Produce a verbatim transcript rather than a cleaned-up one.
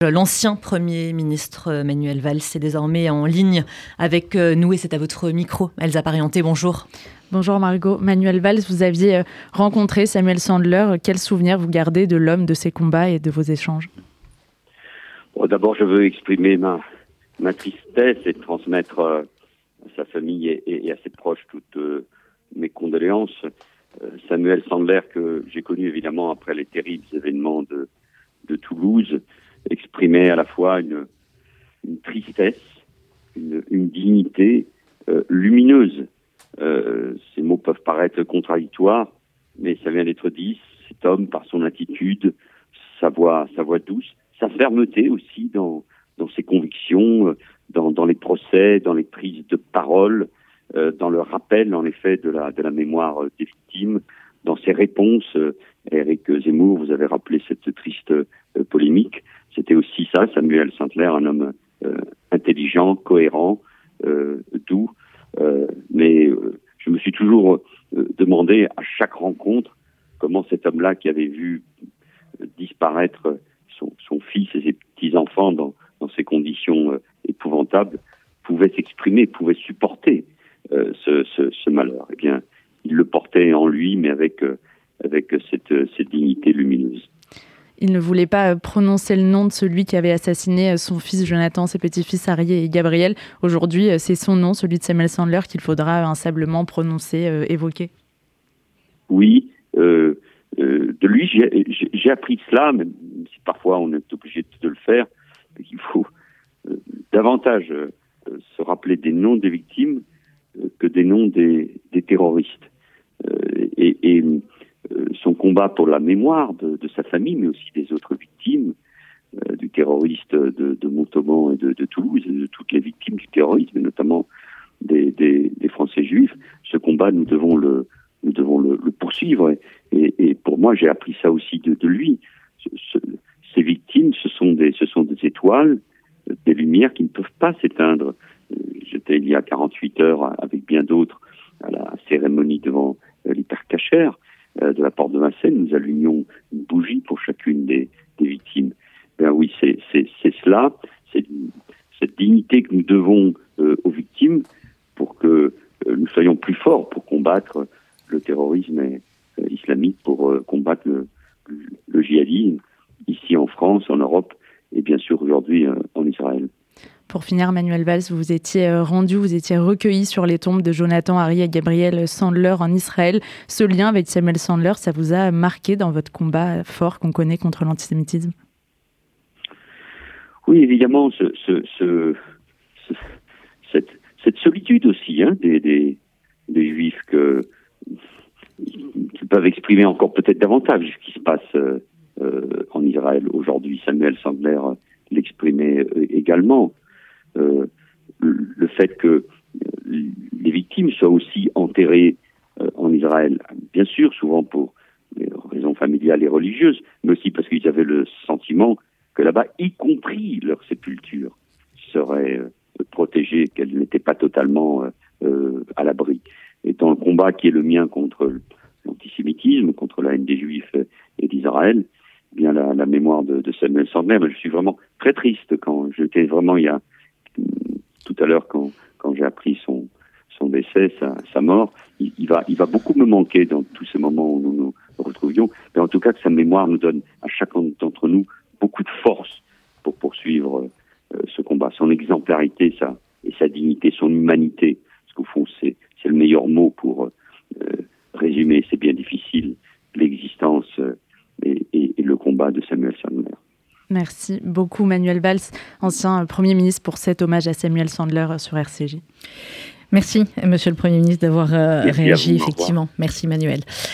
L'ancien Premier ministre Manuel Valls est désormais en ligne avec nous et c'est à votre micro. Elsa Parienté, bonjour. Bonjour Margot. Manuel Valls, vous aviez rencontré Samuel Sandler. Quel souvenir vous gardez de l'homme, de ses combats et de vos échanges ? Bon, d'abord, je veux exprimer ma, ma tristesse et transmettre euh, à sa famille et, et, et à ses proches toutes euh, mes condoléances. Euh, Samuel Sandler, que j'ai connu évidemment après les terribles événements de, de Toulouse, exprimait à la fois une, une tristesse, une, une dignité euh, lumineuse. Euh, ces mots peuvent paraître contradictoires, mais ça vient d'être dit. Cet homme, par son attitude, sa voix, sa voix douce, sa fermeté aussi dans, dans ses convictions, dans, dans les procès, dans les prises de parole, euh, dans le rappel, en effet, de la, de la mémoire des victimes, dans ses réponses. Éric Zemmour, vous avez rappelé cette triste euh, polémique. C'était aussi ça, Samuel Sandler, un homme euh, intelligent, cohérent, euh, doux. Euh, mais euh, je me suis toujours euh, demandé à chaque rencontre comment cet homme-là qui avait vu euh, disparaître son, son fils et ses petits-enfants dans, dans ces conditions euh, épouvantables pouvait s'exprimer, pouvait supporter euh, ce, ce, ce malheur. Eh bien, il le portait en lui, mais avec, euh, avec cette, cette dignité lumineuse. Il ne voulait pas prononcer le nom de celui qui avait assassiné son fils Jonathan, ses petits-fils Harry et Gabriel. Aujourd'hui, c'est son nom, celui de Samuel Sandler, qu'il faudra insablement prononcer, euh, évoquer. Oui, euh, euh, de lui, j'ai, j'ai, j'ai appris cela, même si parfois on est obligé de le faire, qu'il faut euh, davantage euh, se rappeler des noms des victimes euh, que des noms des, des terroristes. Euh, et... et son combat pour la mémoire de, de sa famille, mais aussi des autres victimes, euh, du terroriste de, de Montauban et de, de Toulouse, et de toutes les victimes du terrorisme, et notamment des, des, des Français juifs. Ce combat, nous devons le, nous devons le, le poursuivre. Et, et pour moi, j'ai appris ça aussi de, de lui. Ce, ce, ces victimes, ce sont des, ce sont des étoiles, des lumières qui ne peuvent pas s'éteindre. J'étais il y a quarante-huit heures avec bien d'autres à la cérémonie devant l'hypercachère de la porte de Vincennes. Nous allumions une bougie pour chacune des, des victimes. Ben oui, c'est, c'est, c'est cela, c'est cette dignité que nous devons euh, aux victimes pour que euh, nous soyons plus forts pour combattre le terrorisme et, euh, islamique, pour euh, combattre le, le djihadisme ici en France, en Europe et bien sûr aujourd'hui euh, en Israël. Pour finir, Manuel Valls, vous étiez rendu, vous étiez recueilli sur les tombes de Jonathan, Harry et Gabriel Sandler en Israël. Ce lien avec Samuel Sandler, ça vous a marqué dans votre combat fort qu'on connaît contre l'antisémitisme ? Oui, évidemment, ce, ce, ce, ce, cette, cette solitude aussi hein, des, des, des Juifs que, qui peuvent exprimer encore peut-être davantage ce qui se passe euh, en Israël aujourd'hui. Samuel Sandler l'exprimait également. Euh, le fait que les victimes soient aussi enterrées euh, en Israël, bien sûr, souvent pour des raisons familiales et religieuses, mais aussi parce qu'ils avaient le sentiment que là-bas, y compris leur sépulture, serait euh, protégée, qu'elle n'était pas totalement euh, à l'abri. Et dans le combat qui est le mien contre l'antisémitisme, contre la haine des Juifs et d'Israël, eh bien la, la mémoire de, de Samuel Sandler, je suis vraiment très triste quand j'étais vraiment il y a tout à l'heure quand, quand j'ai appris son, son décès, sa, sa mort, il, il, va, il va beaucoup me manquer dans tous ces moments où nous nous retrouvions. Mais en tout cas, que sa mémoire nous donne à chacun d'entre nous beaucoup de force pour poursuivre euh, ce combat. Son exemplarité sa, et sa dignité, son humanité. Parce qu'au fond, c'est, c'est le meilleur mot pour euh, résumer, c'est bien difficile, l'existence euh, et, et, et le combat de Samuel Sandler. Merci beaucoup Manuel Valls, ancien Premier ministre, pour cet hommage à Samuel Sandler sur R C J. Merci Monsieur le Premier ministre d'avoir euh, réagi, effectivement. Merci Manuel.